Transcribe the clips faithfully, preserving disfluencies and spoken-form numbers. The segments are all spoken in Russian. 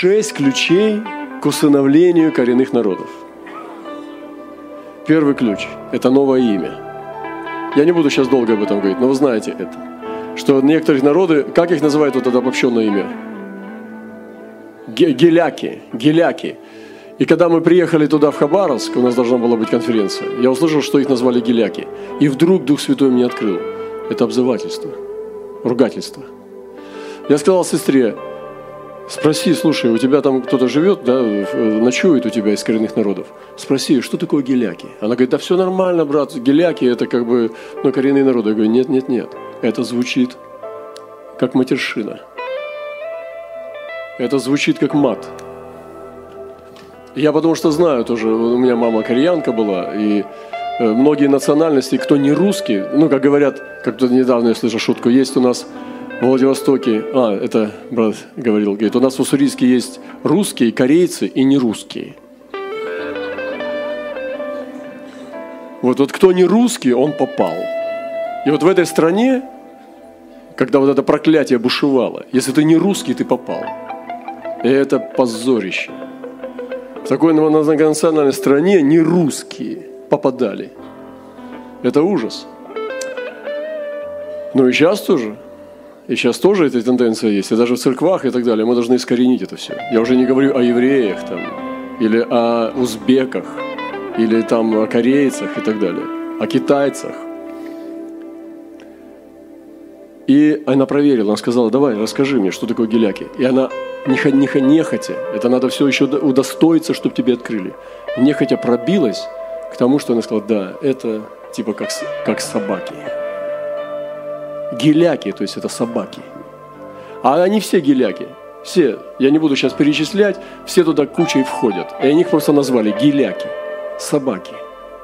шесть ключей к усыновлению коренных народов. Первый ключ – это новое имя. Я не буду сейчас долго об этом говорить, но вы знаете это. Что некоторые народы, как их называют вот это обобщенное имя? Геляки, геляки. И когда мы приехали туда, в Хабаровск, у нас должна была быть конференция, я услышал, что их назвали геляки. И вдруг Дух Святой мне открыл. Это обзывательство, ругательство. Я сказал сестре, спроси, слушай, у тебя там кто-то живет, да, ночует у тебя из коренных народов. Спроси, что такое геляки? Она говорит, да все нормально, брат, геляки это как бы, ну, коренные народы. Я говорю, нет, нет, нет, это звучит как матершина. Это звучит как мат. Я потому что знаю тоже, у меня мама кореянка была, и многие национальности, кто не русский, ну, как говорят, как-то недавно я слышал шутку, есть у нас в Владивостоке, а, это брат говорил, говорит, у нас в Уссурийске есть русские, корейцы и нерусские. Вот, вот кто не русский, он попал. И вот в этой стране, когда вот это проклятие бушевало, если ты не русский, ты попал. И это позорище. В такой многонациональной стране не русские попадали. Это ужас. Ну и сейчас тоже. И сейчас тоже эта тенденция есть. И даже в церквах и так далее. Мы должны искоренить это все. Я уже не говорю о евреях там, или о узбеках, или там о корейцах и так далее. О китайцах. И она проверила, она сказала, давай, расскажи мне, что такое геляки. И она нехотя, нехотя, это надо все еще удостоиться, чтобы тебе открыли. Нехотя пробилась к тому, что она сказала, да, это типа как, как собаки. Геляки, то есть это собаки. А они все геляки. Все, я не буду сейчас перечислять, все туда кучей входят. И они их просто назвали геляки, собаки.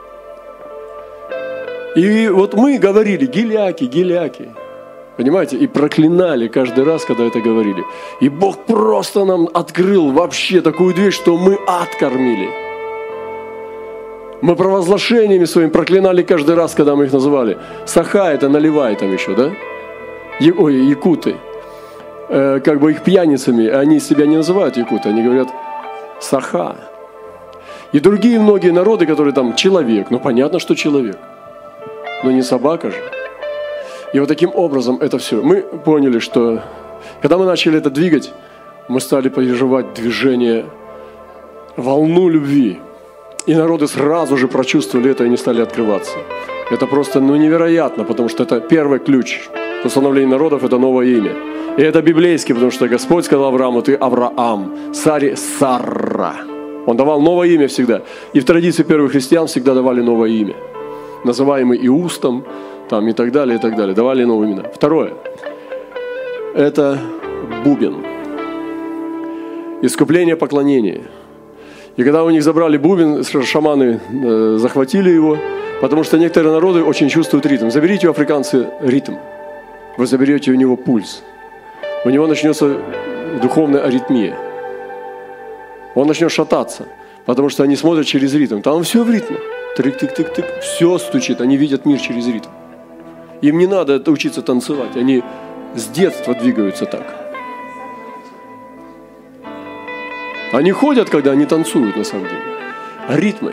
И вот мы говорили геляки, геляки. Понимаете? И проклинали каждый раз, когда это говорили. И Бог просто нам открыл вообще такую дверь, что мы ад кормили. Мы провозглашениями своими проклинали каждый раз, когда мы их называли. Саха – это наливай там еще, да? Я, ой, якуты. Э, как бы их пьяницами. Они себя не называют якуты, они говорят саха. И другие многие народы, которые там человек. Ну, понятно, что человек. Но не собака же. И вот таким образом это все. Мы поняли, что когда мы начали это двигать, мы стали переживать движение, волну любви. И народы сразу же прочувствовали это и не стали открываться. Это просто ну, невероятно, потому что это первый ключ к установлению народов, это новое имя. И это библейский, потому что Господь сказал Аврааму, ты Авраам, Саре Сарра. Он давал новое имя всегда. И в традиции первых христиан всегда давали новое имя. Называемый Иустом, там и так далее, и так далее. Давали новые имена. Второе. Это бубен. Искупление, поклонение. И когда у них забрали бубен, шаманы э, захватили его, потому что некоторые народы очень чувствуют ритм. Заберите у африканца ритм. Вы заберете у него пульс. У него начнется духовная аритмия. Он начнет шататься, потому что они смотрят через ритм. Там все в ритме. Тык-тык-тык-тык. Все стучит. Они видят мир через ритм. Им не надо учиться танцевать. Они с детства двигаются так. Они ходят, когда они танцуют, на самом деле. А ритмы.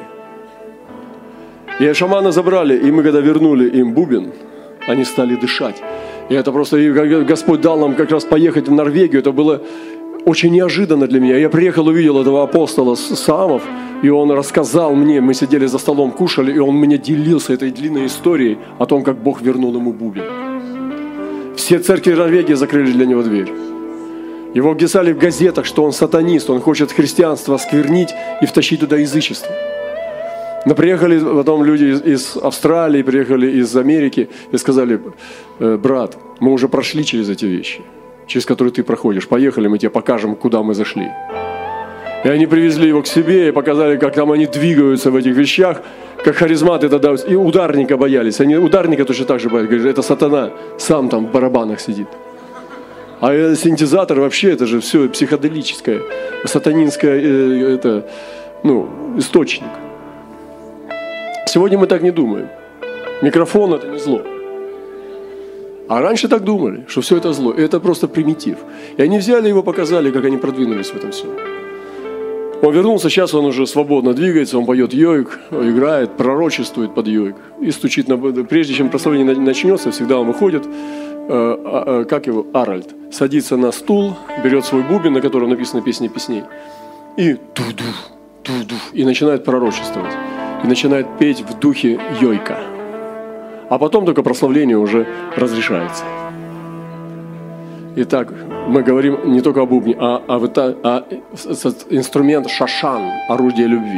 И шамана забрали, и мы, когда вернули им бубен, они стали дышать. И это просто, и Господь дал нам как раз поехать в Норвегию. Это было очень неожиданно для меня. Я приехал, увидел этого апостола Саамов, и он рассказал мне, мы сидели за столом, кушали, и он мне делился этой длинной историей о том, как Бог вернул ему бубен. Все церкви Норвегии закрыли для него дверь. Его писали в газетах, что он сатанист, он хочет христианство осквернить и втащить туда язычество. Но приехали потом люди из, из Австралии, приехали из Америки и сказали, брат, мы уже прошли через эти вещи, через которые ты проходишь. Поехали, мы тебе покажем, куда мы зашли. И они привезли его к себе и показали, как там они двигаются в этих вещах, как харизматы тогда, и ударника боялись. Они ударника точно так же боялись. Говорят, это сатана сам там в барабанах сидит. А синтезатор вообще, это же все психоделическое, сатанинское, это, ну, источник. Сегодня мы так не думаем. Микрофон – это не зло. А раньше так думали, что все это зло. И это просто примитив. И они взяли его, показали, как они продвинулись в этом всем. Он вернулся, сейчас он уже свободно двигается, он поет йойк, играет, пророчествует под йойк. И стучит на... Прежде чем прославление начнется, всегда он выходит, э, э, как его, Аральд, садится на стул, берет свой бубен, на котором написано «Песни песней», и ту-ду, ту-ду, и начинает пророчествовать. И начинает петь в духе йойка. А потом только прославление уже разрешается. Итак, мы говорим не только о бубне, а, а, а, а инструмент шашан, орудие любви.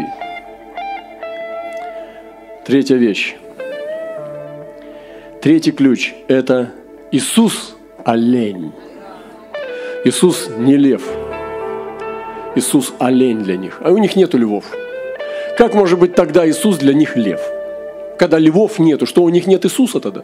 Третья вещь. Третий ключ – это Иисус – олень. Иисус не лев. Иисус – олень для них. А у них нету львов. Как может быть тогда Иисус для них лев? Когда львов нету, что у них нет Иисуса тогда?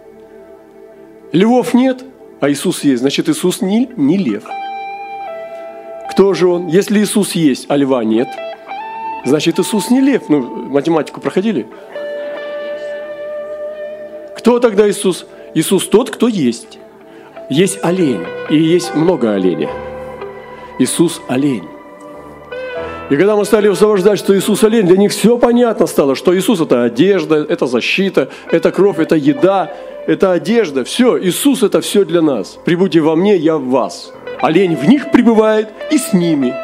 Львов нет, а Иисус есть. Значит, Иисус не, не лев. Кто же Он? Если Иисус есть, а льва нет, значит, Иисус не лев. Ну, математику проходили? Кто тогда Иисус? Иисус тот, кто есть. Есть олень, и есть много оленей. Иисус олень. И когда мы стали освобождать, что Иисус олень, для них все понятно стало, что Иисус – это одежда, это защита, это кровь, это еда, это одежда. Все, Иисус – это все для нас. Прибудьте во мне, я в вас. Олень в них пребывает и с ними.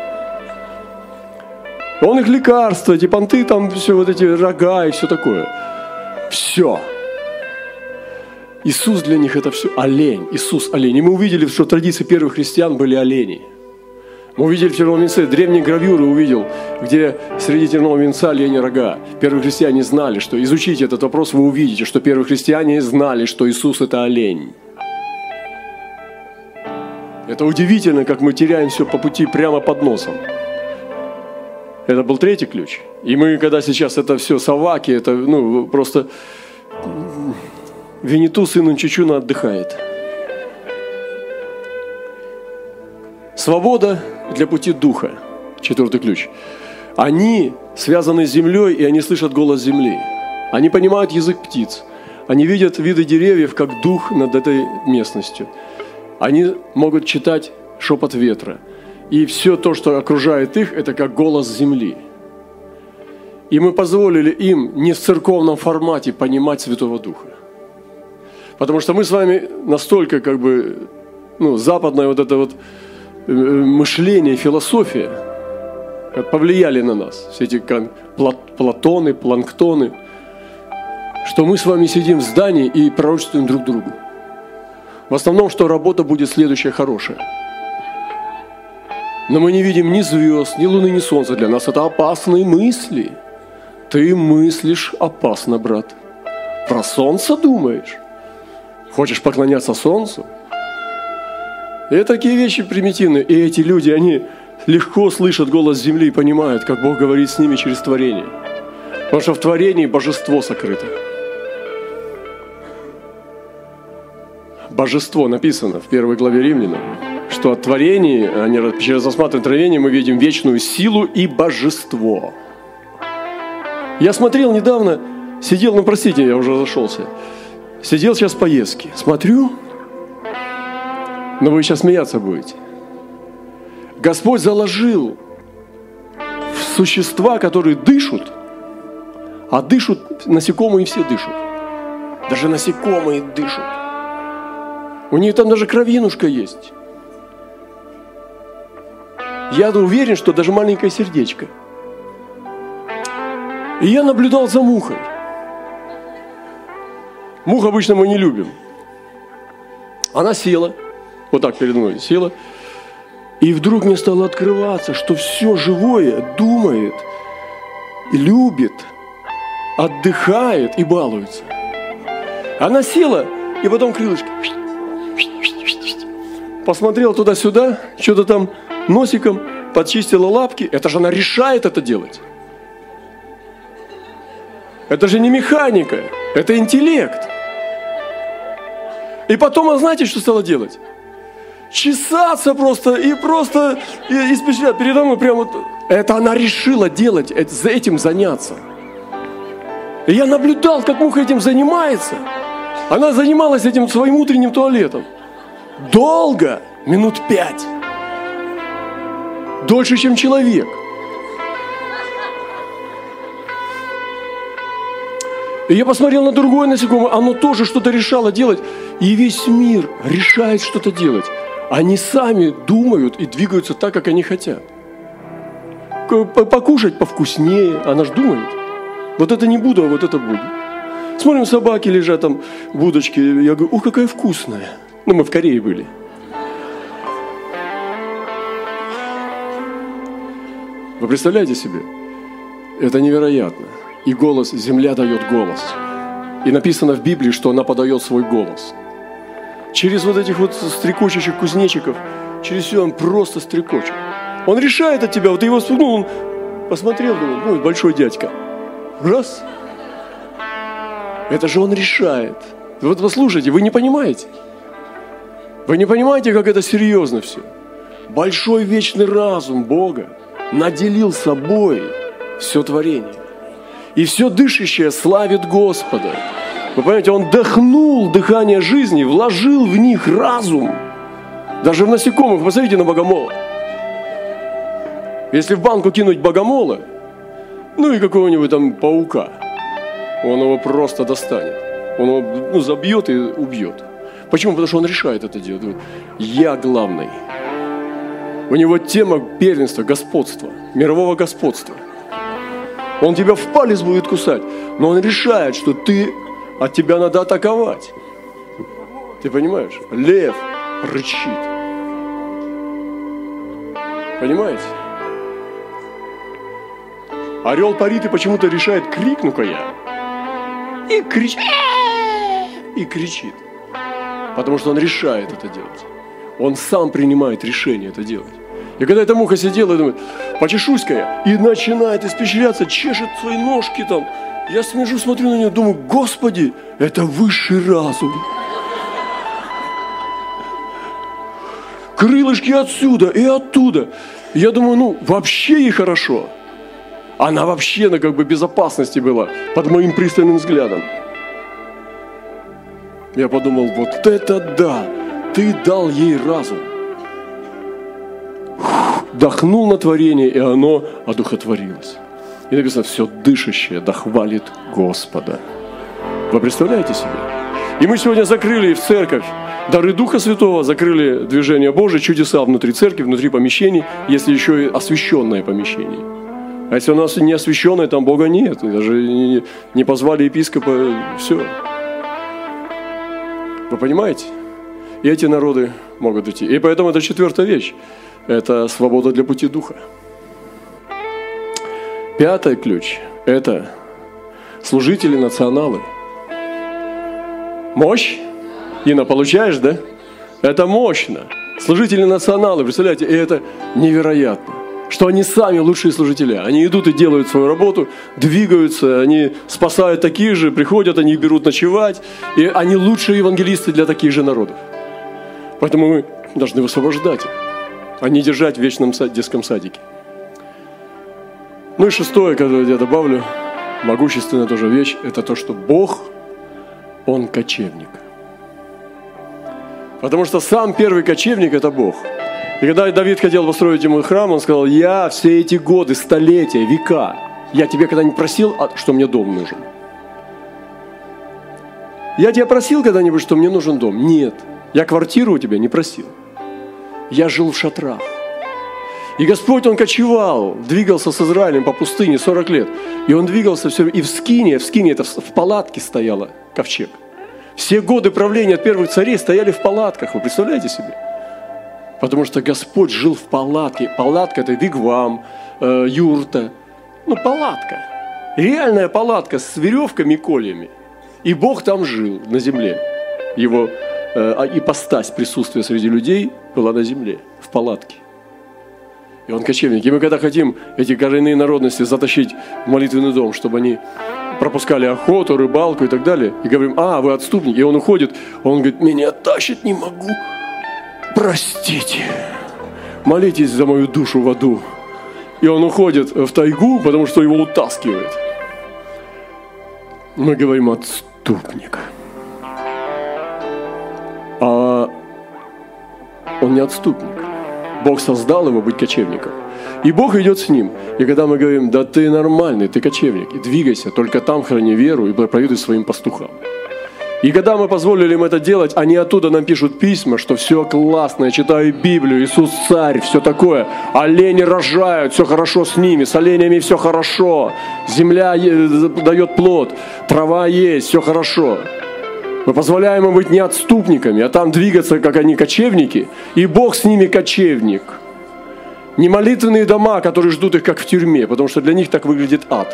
Он их лекарство, эти понты, там все вот эти рога и все такое. Все. Иисус для них – это все олень, Иисус олень. И мы увидели, что традиции первых христиан были олени. Мы увидели в терновом венце, древние гравюры увидел, где среди тернового венца олени рога. Первые христиане знали, что изучите этот вопрос, вы увидите, что первые христиане знали, что Иисус – это олень. Это удивительно, как мы теряем все по пути прямо под носом. Это был третий ключ. И мы, когда сейчас это все соваки, это ну, просто Винету, сыну Чичуна, отдыхает. Свобода для пути духа. Четвертый ключ. Они связаны с землей, и они слышат голос земли. Они понимают язык птиц. Они видят виды деревьев, как дух над этой местностью. Они могут читать шепот ветра. И все то, что окружает их, это как голос земли. И мы позволили им не в церковном формате понимать Святого Духа. Потому что мы с вами настолько как бы, ну, западное вот это вот мышление, философия повлияли на нас. Все эти Платоны, Планктоны. Что мы с вами сидим в здании и пророчествуем друг другу. В основном, что работа будет следующая хорошая. Но мы не видим ни звезд, ни луны, ни солнца. Для нас это опасные мысли. Ты мыслишь опасно, брат. Про солнце думаешь? Хочешь поклоняться солнцу? И такие вещи примитивные. И эти люди, они легко слышат голос земли и понимают, как Бог говорит с ними через творение. Потому что в творении божество сокрыто. Божество написано в первой главе Римлянам, что от творения, через рассматривание творения мы видим вечную силу и божество. Я смотрел недавно, сидел, ну простите, я уже разошелся, сидел сейчас в поездке, смотрю, но вы сейчас смеяться будете. Господь заложил в существа, которые дышат, а дышат насекомые, все дышат. Даже насекомые дышат. У них там даже кровинушка есть. Я уверен, что даже маленькое сердечко. И я наблюдал за мухой. Мух обычно мы не любим. Она села, вот так передо мной села, и вдруг мне стало открываться, что все живое думает, любит, отдыхает и балуется. Она села, и потом крылышки. Посмотрела туда-сюда, что-то там носиком, подчистила лапки. Это же она решает это делать. Это же не механика, это интеллект. И потом, а знаете, что стала делать? Чесаться просто и просто испещрять передо мной прямо. Это она решила делать, это, этим заняться. И я наблюдал, как муха этим занимается. Она занималась этим своим утренним туалетом. Долго, минут пять. Дольше, чем человек. И я посмотрел на другое насекомое, оно тоже что-то решало делать. И весь мир решает что-то делать. Они сами думают и двигаются так, как они хотят. Покушать повкуснее, она же думает. Вот это не буду, а вот это буду. Смотрим, собаки лежат там в будочке. Я говорю, ух, какая вкусная. Ну, мы в Корее были. Вы представляете себе? Это невероятно. И голос, земля дает голос. И написано в Библии, что она подает свой голос. Через вот этих вот стрекочущих кузнечиков, через все он просто стрекочет. Он решает от тебя, вот ты его спугнул, он посмотрел, думает, ну, большой дядька. Раз. Это же он решает. Вот послушайте, вы не понимаете. Вы не понимаете, как это серьезно все. Большой вечный разум Бога наделил собой все творение. И все дышащее славит Господа. Вы понимаете, Он вдохнул дыхание жизни, вложил в них разум. Даже в насекомых, посмотрите на богомола. Если в банку кинуть богомола, ну и какого-нибудь там паука, он его просто достанет. Он его ну, забьет и убьет. Почему? Потому что он решает это делать. Я главный. У него тема первенства, господства, мирового господства. Он тебя в палец будет кусать, но он решает, что ты, от тебя надо атаковать. Ты понимаешь? Лев рычит. Понимаете? Орел парит и почему-то решает, крикну-ка я. И кричит. И кричит. Потому что он решает это делать. Он сам принимает решение это делать. И когда эта муха сидела и думает, почешусь-ка я, и начинает испещряться, чешет свои ножки там. Я смежу, смотрю на нее, думаю, Господи, это высший разум. Крылышки отсюда и оттуда. Я думаю, ну, вообще ей хорошо. Она вообще на как бы безопасности была, под моим пристальным взглядом. Я подумал, вот это да, ты дал ей разум. Вдохнул на творение, и оно одухотворилось. И написано, все дышащее да хвалит Господа. Вы представляете себе? И мы сегодня закрыли в церковь дары Духа Святого, закрыли движение Божие, чудеса внутри церкви, внутри помещений, если еще и освященное помещение. А если у нас не освященное, там Бога нет. Даже не, не позвали епископа, все. Вы понимаете? И эти народы могут идти. И поэтому это четвертая вещь. Это свобода для пути Духа. Пятый ключ – это служители-националы. Мощь? Инна, получаешь, да? Это мощно. Служители-националы, представляете, и это невероятно. Что они сами лучшие служители. Они идут и делают свою работу, двигаются, они спасают таких же, приходят, они их берут ночевать. И они лучшие евангелисты для таких же народов. Поэтому мы должны высвобождать их, а не держать в вечном детском садике. Ну и шестое, которое я добавлю, могущественная тоже вещь, это то, что Бог, Он кочевник. Потому что сам первый кочевник – это Бог. И когда Давид хотел построить ему храм, он сказал, я все эти годы, столетия, века, я тебе когда-нибудь просил, что мне дом нужен? Я тебя просил когда-нибудь, что мне нужен дом? Нет. Я квартиру у тебя не просил. Я жил в шатрах. И Господь, Он кочевал, двигался с Израилем по пустыне сорок лет. И Он двигался все, и в Скине, в Скине это в палатке стояла ковчег. Все годы правления от первых царей стояли в палатках, вы представляете себе? Потому что Господь жил в палатке. Палатка – это вигвам, э, юрта. Ну, палатка. Реальная палатка с веревками и кольями. И Бог там жил, на земле. Его э, ипостась присутствия среди людей была на земле, в палатке. И Он кочевник. И мы когда хотим эти коренные народности затащить в молитвенный дом, чтобы они пропускали охоту, рыбалку и так далее, и говорим, а, вы отступники. И он уходит, он говорит, меня тащить не могу. Простите, молитесь за мою душу в аду. И он уходит в тайгу, потому что его утаскивает. Мы говорим, отступник. не отступник. Бог создал его быть кочевником. И Бог идет с ним. И когда мы говорим, да ты нормальный, ты кочевник, и двигайся, только там храни веру и проповедуй своим пастухам. И когда мы позволили им это делать, они оттуда нам пишут письма, что все классно, я читаю Библию, Иисус царь, все такое. Олени рожают, все хорошо с ними, с оленями все хорошо. Земля дает плод, трава есть, все хорошо. Мы позволяем им быть не отступниками, а там двигаться, как они кочевники, и Бог с ними кочевник. Не молитвенные дома, которые ждут их, как в тюрьме, потому что для них так выглядит ад.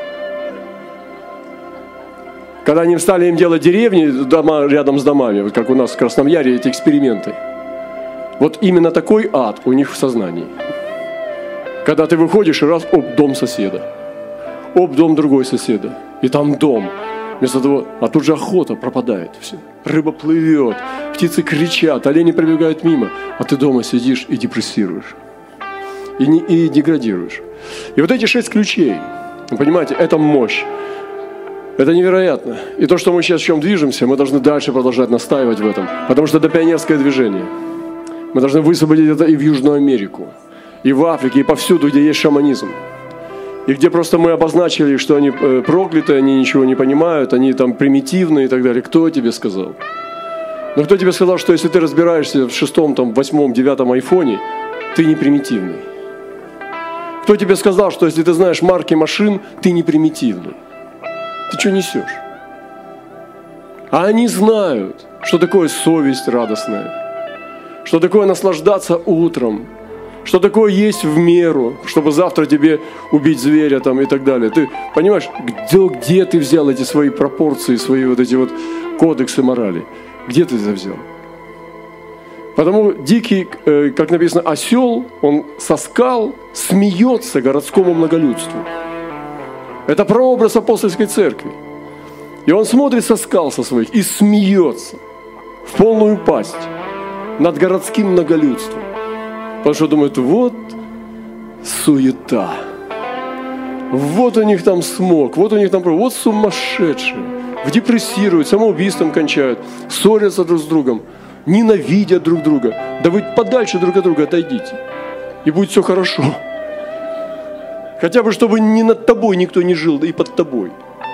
Когда они стали им делать деревни, дома рядом с домами, вот как у нас в Красном Яре эти эксперименты. Вот именно такой ад у них в сознании. Когда ты выходишь и раз, оп, дом соседа. Оп, дом другой соседа. И там дом. Вместо того, а тут же охота пропадает. Все. Рыба плывет, птицы кричат, олени пробегают мимо. А ты дома сидишь и депрессируешь. И, не, и деградируешь. И вот эти шесть ключей, вы понимаете, это мощь. Это невероятно. И то, что мы сейчас в чем движемся, мы должны дальше продолжать настаивать в этом. Потому что это пионерское движение. Мы должны высвободить это и в Южную Америку, и в Африке, и повсюду, где есть шаманизм. И где просто мы обозначили, что они прокляты, они ничего не понимают, они там примитивные и так далее. Кто тебе сказал? Но кто тебе сказал, что если ты разбираешься в шестом, там, восьмом, девятом айфоне, ты не примитивный? Кто тебе сказал, что если ты знаешь марки машин, ты не примитивный? Ты что несешь? А они знают, что такое совесть радостная, что такое наслаждаться утром, что такое есть в меру, чтобы завтра тебе убить зверя там, и так далее. Ты понимаешь, где, где ты взял эти свои пропорции, свои вот эти вот кодексы морали? Где ты это взял? Потому дикий, э, как написано, осел, он со скал смеется городскому многолюдству. Это прообраз апостольской церкви. И он смотрит со скал со своих и смеется в полную пасть над городским многолюдством. Потому что думает, вот суета. Вот у них там смог, вот у них там, вот сумасшедшие. Депрессируют, самоубийством кончают, ссорятся друг с другом, ненавидят друг друга. Да вы подальше друг от друга отойдите, и будет все хорошо. Хотя бы, чтобы ни над тобой никто не жил, да и под тобой.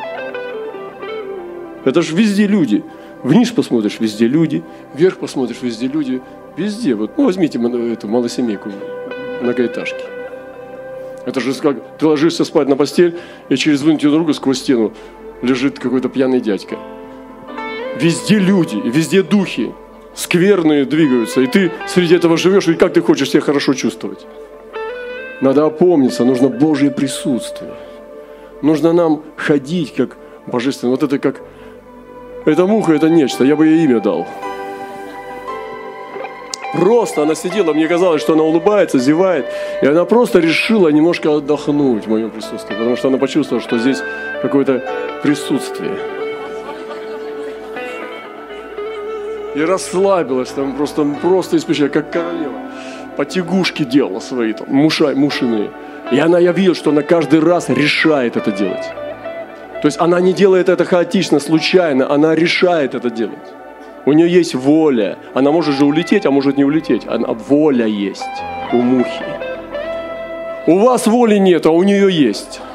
Это же везде люди. Вниз посмотришь, везде люди. Вверх посмотришь, везде люди. Везде. Вот, ну, возьмите эту малосемейку многоэтажки. Это же как ты ложишься спать на постель, и через вынутую ногу сквозь стену лежит какой-то пьяный дядька. Везде люди, везде духи. Скверные двигаются. И ты среди этого живешь, и как ты хочешь себя хорошо чувствовать? Надо опомниться, нужно Божье присутствие. Нужно нам ходить как божественно. Вот это как... Эта муха, это нечто, я бы ей имя дал. Просто она сидела, мне казалось, что она улыбается, зевает. И она просто решила немножко отдохнуть в моем присутствии. Потому что она почувствовала, что здесь какое-то присутствие. И расслабилась там просто, просто испечая, как королева. Потягушки делала свои там, муша, мушиные. И она, я видел, что она каждый раз решает это делать. То есть она не делает это хаотично, случайно, она решает это делать. У нее есть воля. Она может же улететь, а может не улететь. Она, воля есть у мухи. У вас воли нет, а у нее есть.